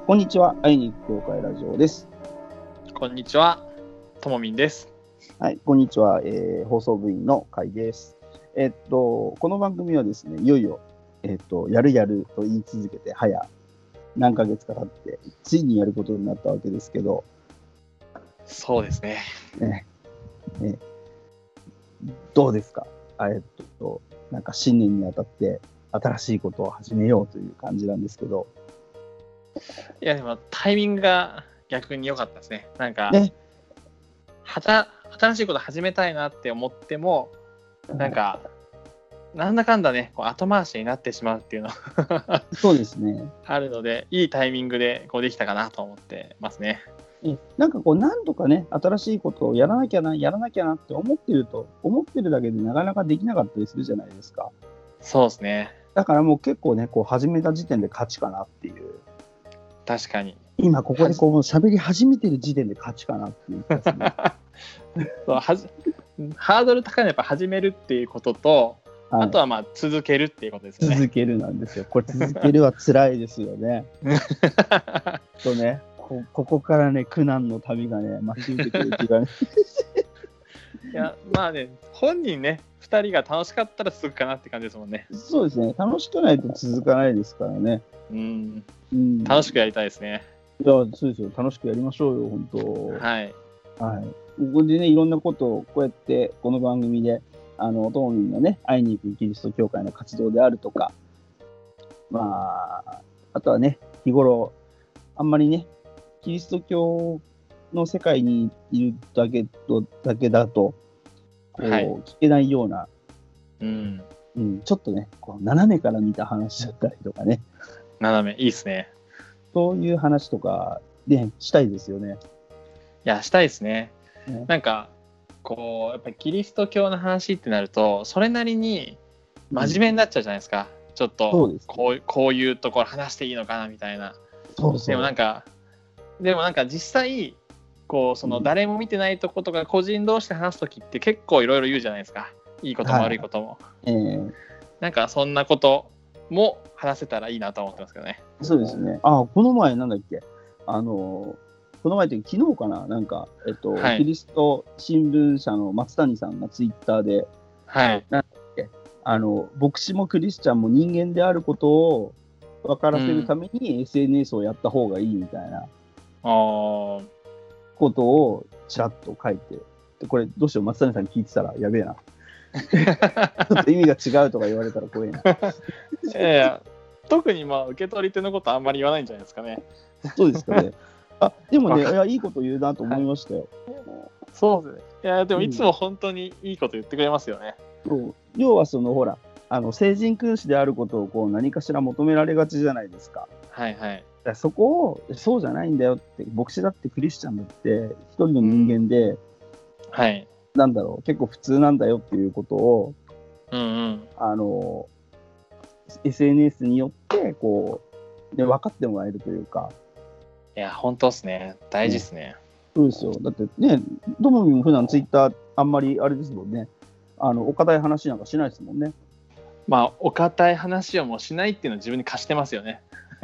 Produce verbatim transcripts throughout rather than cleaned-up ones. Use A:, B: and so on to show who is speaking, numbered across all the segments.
A: こんにちは、会いに行く協会ラジオです。
B: こんにちは、ともみんです。
A: はい、こんにちは、えー、放送部員の会です。えっと、この番組はですね、いよいよ、えっと、やるやると言い続けて、早何ヶ月か経って、ついにやることになったわけですけど、
B: そうですね。
A: ねねどうですか？えっと、なんか新年にあたって、新しいことを始めようという感じなんですけど。
B: いや、でもタイミングが逆に良かったですね。なんか、
A: ね、
B: はた新しいこと始めたいなって思っても、なんか、なんだかんだね、こう後回しになってしまうっていうの
A: そうですね。
B: あるので、いいタイミングでこうできたかなと思ってますね。
A: えなんかこう何とかね、新しいことをやらなきゃな、やらなきゃなって思ってると、思ってるだけでなかなかできなかったりするじゃないですか。
B: そうですね。
A: だからもう結構ね、こう始めた時点で勝ちかなっていう。
B: 確かに。
A: 今ここでこう喋り始めてる時点で勝ちかなっていう気がする。
B: そうはじハードル高いのはやっぱ始めるっていうことと、はい、あとはまあ続けるっていうことですよね。
A: 続けるなんですよ。これ続けるは辛いですよね。とねこ、ここからね、苦難の旅がね、待ち受けてる気がね。
B: いや、まあね、本人ね、ふたりが楽しかったら続くかなって感じですもんね。
A: そうですね。楽しくないと続かないですからね。
B: うん。
A: うん、
B: 楽しくやりたいですね。
A: いや、そうですよ。楽しくやりましょうよ、本当。
B: はい。
A: はい。ここでね、いろんなことをこうやってこの番組で、あの、ともみんのね、会いに行くキリスト教会の活動であるとか、まあ、あとはね、日頃、あんまりね、キリスト教の世界にいるだけとだけだと、こう、はい、聞けないような、
B: うん
A: うん、ちょっとね、こう斜めから見た話だったりとかね。
B: 斜め、いいですね。
A: そういう話とか、ね、したいですよね。
B: いや、したいですね。ね、なんか、こう、やっぱりキリスト教の話ってなると、それなりに真面目になっちゃうじゃないですか。うん、ちょっとこう、こういうところ話していいのかなみたいな。
A: そうそう。
B: でもなんか、でもなんか実際、こうその誰も見てないとことか個人同士で話すときって結構いろいろ言うじゃないですか。いいことも悪いことも。はい、えー、なんかそんなことも話せたらいいなと思ってますけどね。
A: そうですね。あ、この前なんだっけ。あの、この前って昨日かな、なんか、えっと、はい、キリスト新聞社の松谷さんがツイッターで、
B: はい、
A: なんだっけ、あの、牧師もクリスチャンも人間であることを分からせるために エスエヌエス をやった方がいいみたいなことをちらっと書いて、でこれどうしよう、松谷さんに聞いてたらやべえな。ちょっと意味が違うとか言われたら怖いな。
B: いやいや、特にまあ受け取り手のことあんまり言わないんじゃないですかね。
A: そうですかね。あ、でもね、いや、いいこと言うなと思いましたよ。
B: はい、そうですね。いや、でもいつも本当にいいこと言ってくれますよね。
A: うん、そう要はそのほら、あの聖人君子であることをこう何かしら求められがちじゃないですか。
B: はいはい。
A: だそこをそうじゃないんだよって、牧師だってクリスチャンだって一人の人間で、うん、
B: はい。
A: なんだろう、結構普通なんだよっていうことを、
B: うんうん、
A: あの エスエヌエス によってこうで分かってもらえるというか。
B: いや本当ですね、大事ですね。
A: うん、そうですよ。だってね、どもみも普段ツイッターあんまりあれですもんね。あのお堅い話なんかしないですもんね。
B: まあお堅い話をもうしないっていうのを自分に課してますよね。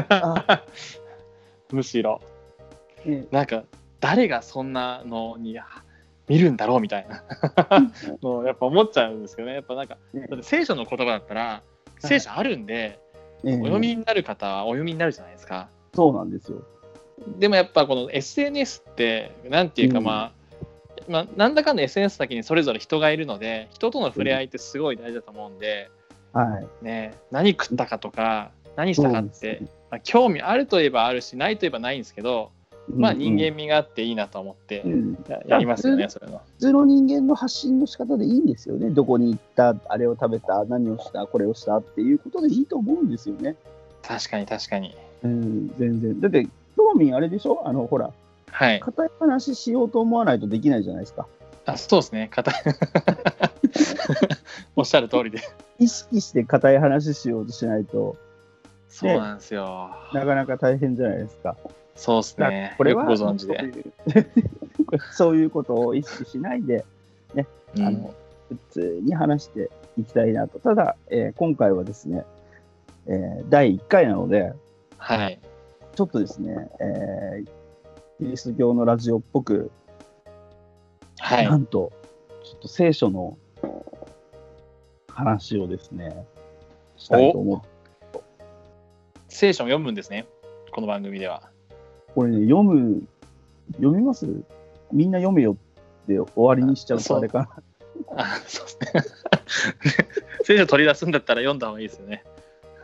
B: むしろ、ね、なんか誰がそんなのに見るんだろうみたいなのをやっぱ思っちゃうんですけどね。やっぱなんか、ね、だって聖書の言葉だったら聖書あるんで、ね、お読みになる方はお読みになるじゃないですか。
A: そうなんですよ。
B: でもやっぱこの エスエヌエス ってなんていうか、まあ、うん、まあなんだかんだ エスエヌエス 先にそれぞれ人がいるので、人との触れ合いってすごい大事だと思うんで、
A: はい
B: ね、何食ったかとか何したかって、ね、まあ、興味あるといえばあるしないといえばないんですけど、うんうん、まあ人間味があっていいなと思ってやりますよね、うん、それの
A: 普通の人間の発信の仕方でいいんですよね。どこに行った、あれを食べた、何をした、これをしたっていうことでいいと思うんですよね。
B: 確かに確かに、
A: うん、全然だってトーミンあれでしょ、あのほら、
B: はい、
A: 硬い話しようと思わないとできないじゃないですか。
B: あ、そうですね、硬いおっしゃる通りで
A: 意識して硬い話しようとしないと、
B: そうなんですよ、
A: なかなか大変じゃないですか。
B: そうですね、
A: これは
B: よくご存知で
A: そういうことを意識しないで、ね、うん、あの普通に話していきたいなと。ただ、えー、今回はですね、えー、だいいっかいなので、
B: はい、
A: ちょっとですね、えー、キリスト教のラジオっぽく、
B: はい、
A: なんとちょっと聖書の話をですねしたいと思って。
B: 聖書を読むんですね、この番組では。
A: これね、読む読みます？みんな読めよって終わりにしちゃうとあれかな。
B: あ、そうですね。聖書取り出すんだったら読んだ方がいいですよね。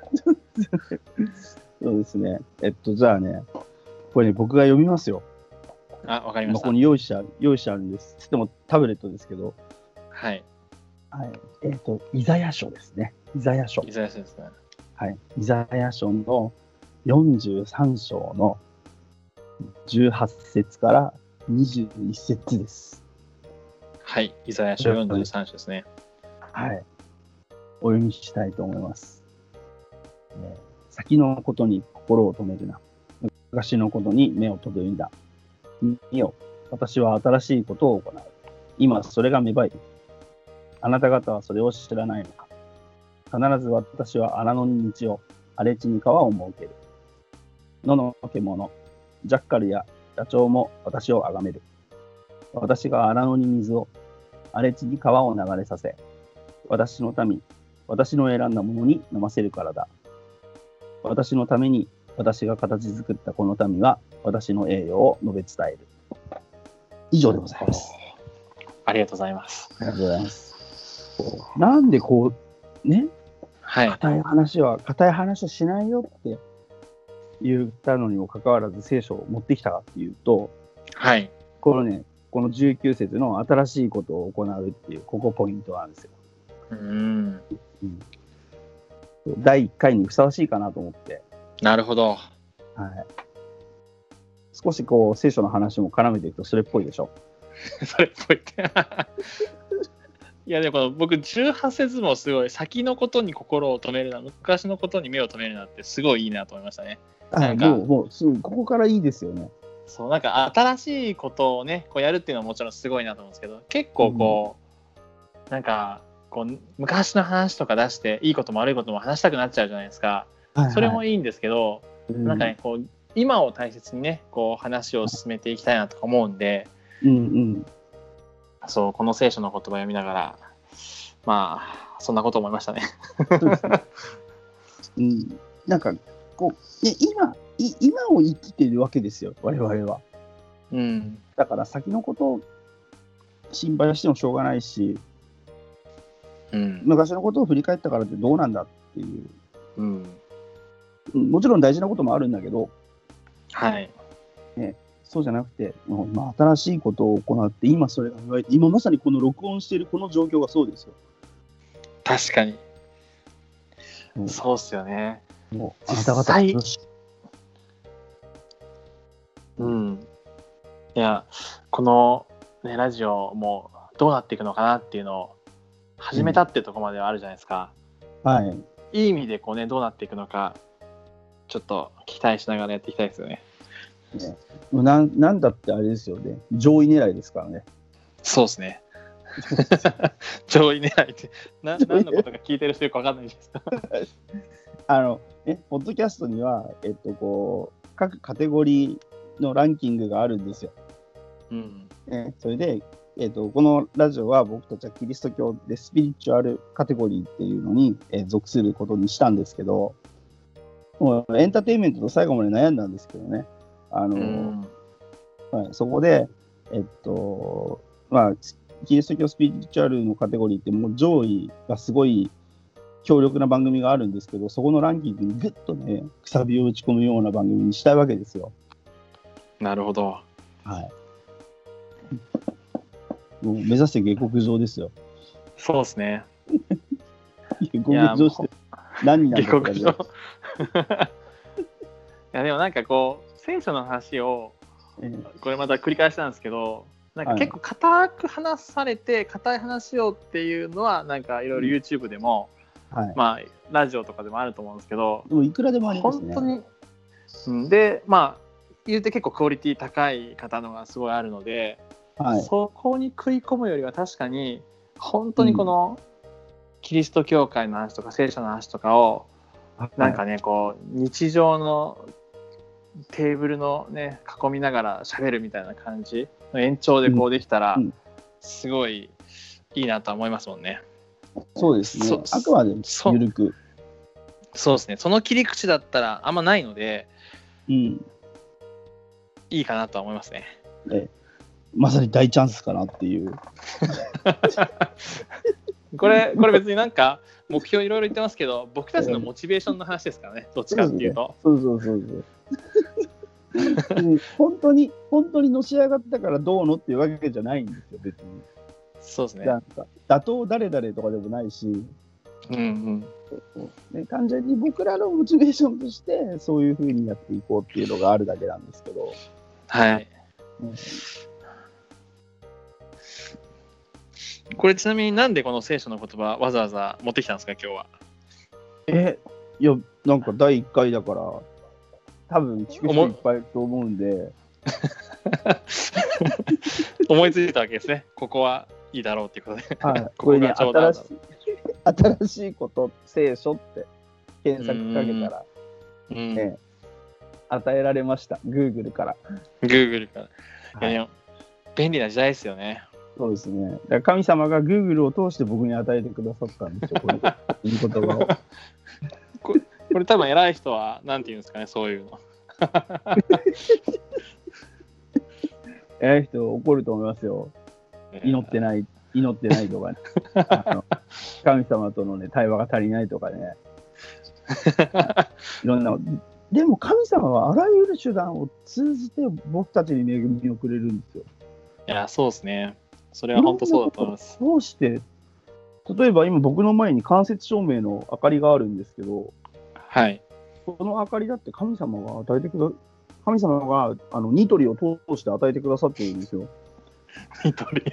A: そうですね。えっとじゃあね、これね僕が読みますよ。
B: あ、わかりました。
A: ここに用意してある用意してあるんです。つってもタブレットですけど。
B: はい。
A: はい。えっとイザヤ書ですね。イザヤ書。
B: イザヤ書ですね。
A: はい。イザヤ書のよんじゅうさん章のじゅうはち節からにじゅういち節です。
B: はい。イザヤ書よんじゅうさん章ですね。
A: はい。お読みしたいと思います。えー、先のことに心を止めるな。昔のことに目を留めるな。見よ、私は新しいことを行う。今それが芽生える。あなた方はそれを知らないのか。必ず私は荒野に道を、荒れ地に川を設ける。野の獣、ジャッカルや野鳥も私を崇める。私が荒野に水を、荒れ地に川を流れさせ、私の民、私の選んだものに飲ませるからだ。私のために私が形作ったこの民は私の栄誉を述べ伝える。以上でございます。
B: ありがとうございます。
A: ありがとうございます。なんでこうね、
B: はい、
A: 固い話は固い話はしないよって言ったのにもかかわらず聖書を持ってきたかっていうと、
B: はい、
A: このね、このじゅうきゅう節の新しいことを行うっていうここポイントなんですよ。
B: うーん、
A: うん、だいいっかいにふさわしいかなと思って。
B: なるほど。
A: はい。少しこう聖書の話も絡めていくとそれっぽいでしょ。
B: それっぽいって。いやでもこの僕じゅうはち節もすごい、先のことに心を止めるな、昔のことに目を止めるなってすごいいいなと思いましたね。
A: なんかもうもうすぐここからいいですよね。
B: そう、なんか新しいことをねこうやるっていうのはもちろんすごいなと思うんですけど、結構こう、うん、なんかこう昔の話とか出していいことも悪いことも話したくなっちゃうじゃないですか。はいはい、それもいいんですけど、うん、なんかねこう今を大切にねこう話を進めていきたいなとか思うんで、
A: うんうん、
B: そうこの聖書の言葉を読みながらまあそんなこと思いましたね。
A: うん、なんかこう、ね、今い今を生きているわけですよ我々は、
B: うん、
A: だから先のことを心配してもしょうがないし、うん、昔のことを振り返ったからってどうなんだっていう、うん、もちろん大事なこともあるんだけど、
B: はい
A: ね、そうじゃなくて、もう今新しいことを行って、今それが言われて、今まさにこの録音しているこの状況がそうですよ。
B: 確かに。うん、そうっすよね。
A: もうあなた方
B: のうん。いや、この、ね、ラジオもどうなっていくのかなっていうのを始めたっていうところまではあるじゃないですか。
A: うん、はい。
B: いい意味でこうね、どうなっていくのか、ちょっと期待しながらやっていきたいですよね。
A: ね、な, なんだってあれですよね、上位狙いですからね。
B: そうですね。上位狙いってな何のことか聞いてる人よく分かんないですか。
A: あのえポッドキャストには、えっと、こう各カテゴリーのランキングがあるんですよ。うんね、それで、えっと、このラジオは僕たちはキリスト教でスピリチュアルカテゴリーっていうのに、えー、属することにしたんですけど、もうエンターテインメントと最後まで悩んだんですけどね。あの、うんはい、そこで、えっと、まあ、キリスト教スピリチュアルのカテゴリーってもう上位がすごい強力な番組があるんですけど、そこのランキングにぐっとね、くさびを打ち込むような番組にしたいわけですよ。
B: なるほど。
A: はい。もう目指して下克上ですよ。
B: そうですね。
A: 下克上して何になるのか。下克上。
B: いやでもなんかこう聖書の話をこれまた繰り返しなんですけど、なんか結構固く話されて固い話をっていうのはなんかいろいろ YouTube でも、はい、まあラジオとかでもあると思うんですけど、
A: でもいくらでもありますね。
B: 本当に、うん、でまあ言うて結構クオリティ高い方のがすごいあるので、はい、そこに食い込むよりは確かに本当にこのキリスト教会の話とか聖書の話とかをなんかねこう日常のテーブルのね囲みながら喋るみたいな感じの延長でこうできたら、うん、すごいいいなとは思いますもんね。
A: そうですね。あくまでゆるく。
B: そうですね。その切り口だったらあんまないので、
A: うん、
B: いいかなとは思いますね。
A: えまさに大チャンスかなっていう。
B: これこれ別になんか目標いろいろ言ってますけど、僕たちのモチベーションの話ですからね。どっちかっていうと。
A: そうそうそうそう。本当に本当にのし上がったからどうのっていうわけじゃないんですよ、別に。
B: そうですね。
A: なんか打倒誰々とかでもないし、
B: うんうん
A: ね、完全に僕らのモチベーションとしてそういう風にやっていこうっていうのがあるだけなんですけど。
B: はい。うん、これちなみになんでこの聖書の言葉わざわざ持ってきたんですか、今日は。
A: え、いや、なんかだいいっかいだから多分聞く人いっぱいいると思うんで
B: 思いついたわけですね。ここはいいだろうっていうことで、
A: はい、これね、新しい新しいこと聖書って検索かけたら、うんね、与えられました。 Google から
B: Google から、はい、いや便利な時代ですよね。
A: そうですね。だから神様が Google を通して僕に与えてくださったんですよ、この言葉を
B: こ, これ多分偉い人はなんて言うんですかね、そういうの
A: 偉い人怒ると思いますよ。祈ってない祈ってないとかねあの神様とのね対話が足りないとかねいろんな。でも神様はあらゆる手段を通じて僕たちに恵みをくれるんですよ。
B: いや、そうですね。それは本当そうだと思います。
A: どうして例えば今僕の前に間接照明の明かりがあるんですけど、
B: はい。
A: この明かりだって神様が与えてくだ神様があのニトリを通して与えてくださってるんですよ。
B: ニトリ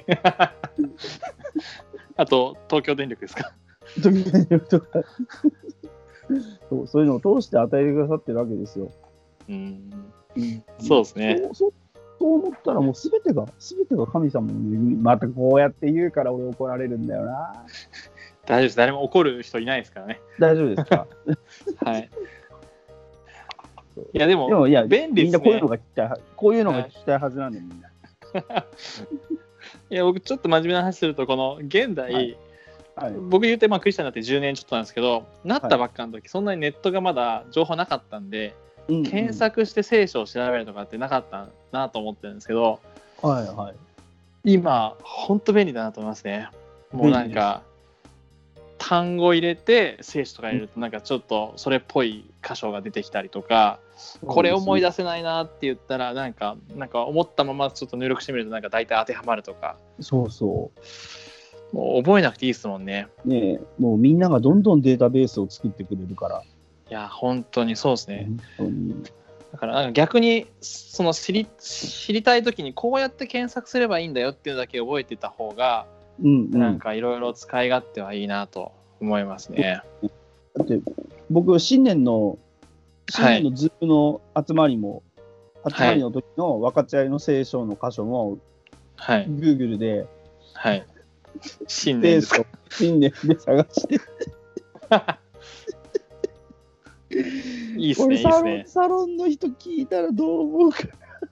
B: あと東京電力ですか。
A: 東京電力とかそう、そういうのを通して与えてくださってるわけですよ。
B: うん、うん、そうですね。
A: そうそうそう思ったらもうすべてがすべてが神様の恵み。またこうやって言うから俺怒られるんだよな。
B: 大丈夫です。誰も怒る人いないですからね。
A: 大丈夫ですか
B: はい。いやでも、
A: でもいや
B: 便利ですね。
A: みんなこういうのが聞きたい、こういうのが聞きたいはずなんで、みんな。
B: いや僕ちょっと真面目な話すると、この現代、はいはい、僕言うてまあクリスチャンになってじゅうねんちょっとなんですけど、なったばっかの時、はい、そんなにネットがまだ情報なかったんで、うんうん、検索して聖書を調べるとかってなかったなと思ってるんですけど、
A: はいはい、
B: 今本当便利だなと思いますね。もうなんか単語入れて聖書とか入れるとなんかちょっとそれっぽい箇所が出てきたりとか、うん、これ思い出せないなって言ったらなんかなんか思ったままちょっと入力してみるとなんか大体当てはまるとか。
A: そうそう。
B: もう覚えなくていいですもんね。
A: ねえ、もうみんながどんどんデータベースを作ってくれるから。
B: いや本当にそうですね。本当に。だからなんか逆にその知り、知りたい時にこうやって検索すればいいんだよっていうだけ覚えてた方が、うんうん、なんかいろいろ使い勝手はいいなと思いますね。
A: だって僕新年の新年のズームの集まりも、はい、集まりの時の分かち合いの聖書の箇所も、はい、Google で、
B: はい、新年ですか。
A: 新年で探して
B: いいっすね、いいっすね。
A: サロンの人聞いたらどう思うかい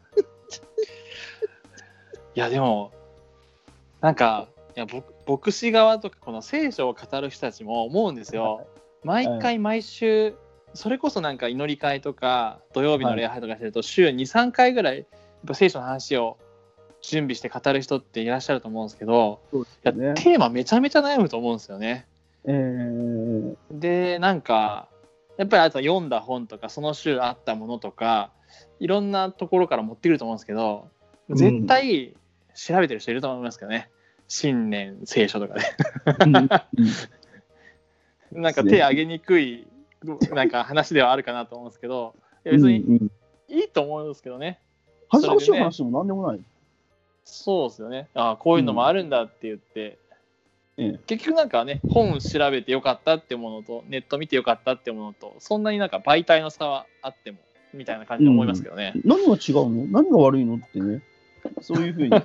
B: やでもなんかいや牧師側とかこの聖書を語る人たちも思うんですよ。毎回毎週、はい、それこそなんか祈り会とか土曜日の礼拝とかしてると週に、さんかいぐらいやっぱ聖書の話を準備して語る人っていらっしゃると思うんですけど、そうですね、いやテーマめちゃめちゃ悩むと思うんですよね。えー、でなんかやっぱりあとは読んだ本とかその週あったものとかいろんなところから持ってくると思うんですけど、絶対調べてる人いると思いますけどね、うん、新年聖書とかでなんか手挙げにくいなんか話ではあるかなと思うんですけど、いや別にいいと思うんですけどね。
A: 恥ずかしい話も何でもない。
B: そうですよね。ああこういうのもあるんだって言って、うん、結局なんかね本調べてよかったってものとネット見てよかったってものとそんなになんか媒体の差はあってもみたいな感じで思いますけどね、
A: うん、何が違うの何が悪いのってね、そういうふうにま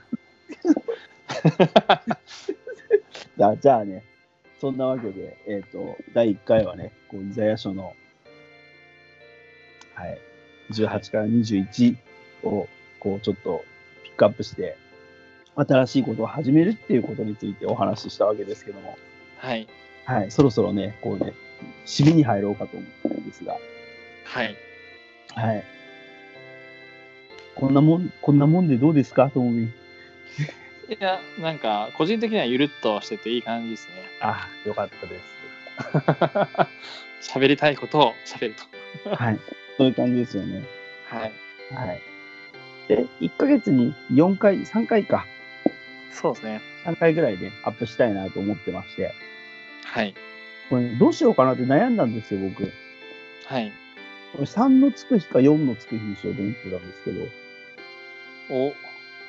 A: あじゃあね、そんなわけで、えーと、だいいっかいはねこうイザヤ書の、はい、 じゅうはちからにじゅういちをこうちょっとピックアップして、新しいことを始めるっていうことについてお話ししたわけですけども、
B: はい。
A: はい、そろそろね、こうね、締めに入ろうかと思ってるんですが、
B: はい。
A: はい。こんなもん、こんなもんでどうですか、ともみ。
B: いや、なんか、個人的にはゆるっとしてていい感じですね。
A: あ、よかったです。
B: 喋りたいことを喋る
A: と。はい。そういう感じですよね。
B: はい。
A: はい。で、いっかげつによんかい、さんかいか。
B: そうですね。
A: さんかいぐらいで、ね、アップしたいなと思ってまして。
B: はい。
A: これ、ね、どうしようかなって悩んだんですよ、僕。
B: はい。
A: これさんのつく日かよんのつく日にしようと思ってたんですけど。
B: お。
A: お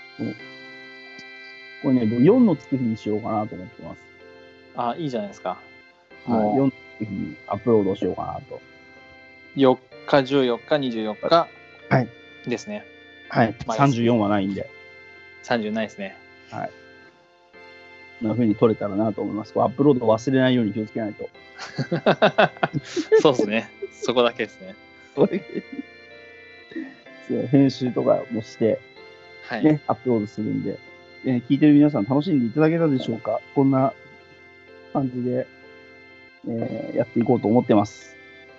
A: これね、よんのつく日にしようかなと思ってます。
B: あ、いいじゃないですか。
A: もうよんのつく日にアップロードしようかなと。
B: よっか、じゅうよっか、にじゅうよっか。
A: はい。
B: ですね。
A: はい。さんじゅうよんはないんで。
B: さんじゅうないですね。
A: はい。こんな風に撮れたらなと思います。アップロードを忘れないように気をつけないと。
B: そうですね。そこだけですね。
A: 編集とかもして、はい、ね、アップロードするんで、えー、聞いてる皆さん楽しんでいただけたでしょうか。こんな感じで、えー、やっていこうと思ってます。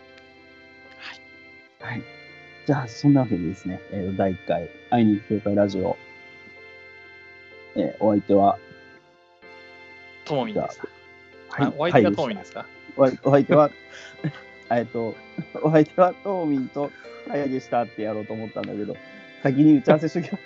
A: はい。はい。じゃあ、そんなわけでですね、えー、だいいっかい、会いに行く教会ラジオ、えー、お相手は、
B: ともみんですか。はい。お相手がともみんですか。
A: お相手は、えっと、お相手はともみんとかやでしたってやろうと思ったんだけど、先に打ち合わせしときます。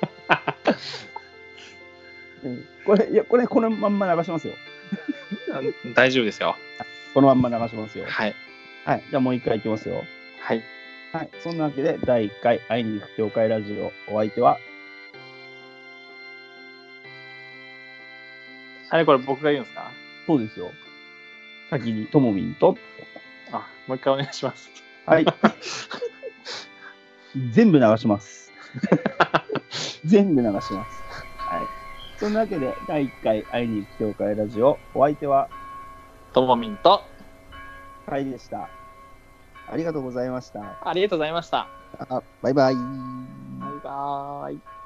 A: これ、いや、これ、このまんま流しますよ。
B: 大丈夫ですよ。
A: このまんま流しますよ。
B: はい。
A: はい。じゃあもう一回いきますよ。
B: はい。
A: はい。そんなわけで、だいいっかい、会いに行く教会ラジオ、お相手は、
B: あれ、これ僕が言うんですか？
A: そうですよ。先にともみんと、
B: あ、もう一回お願いします。
A: はい。全部流します。全部流します。はい。そんなわけで、だいいっかい、会いに行く教会ラジオ、お相手は、
B: ともみんと、
A: はいでした。ありがとうございました。
B: ありがとうございました。
A: あ、バイバイ。
B: バイバーイ。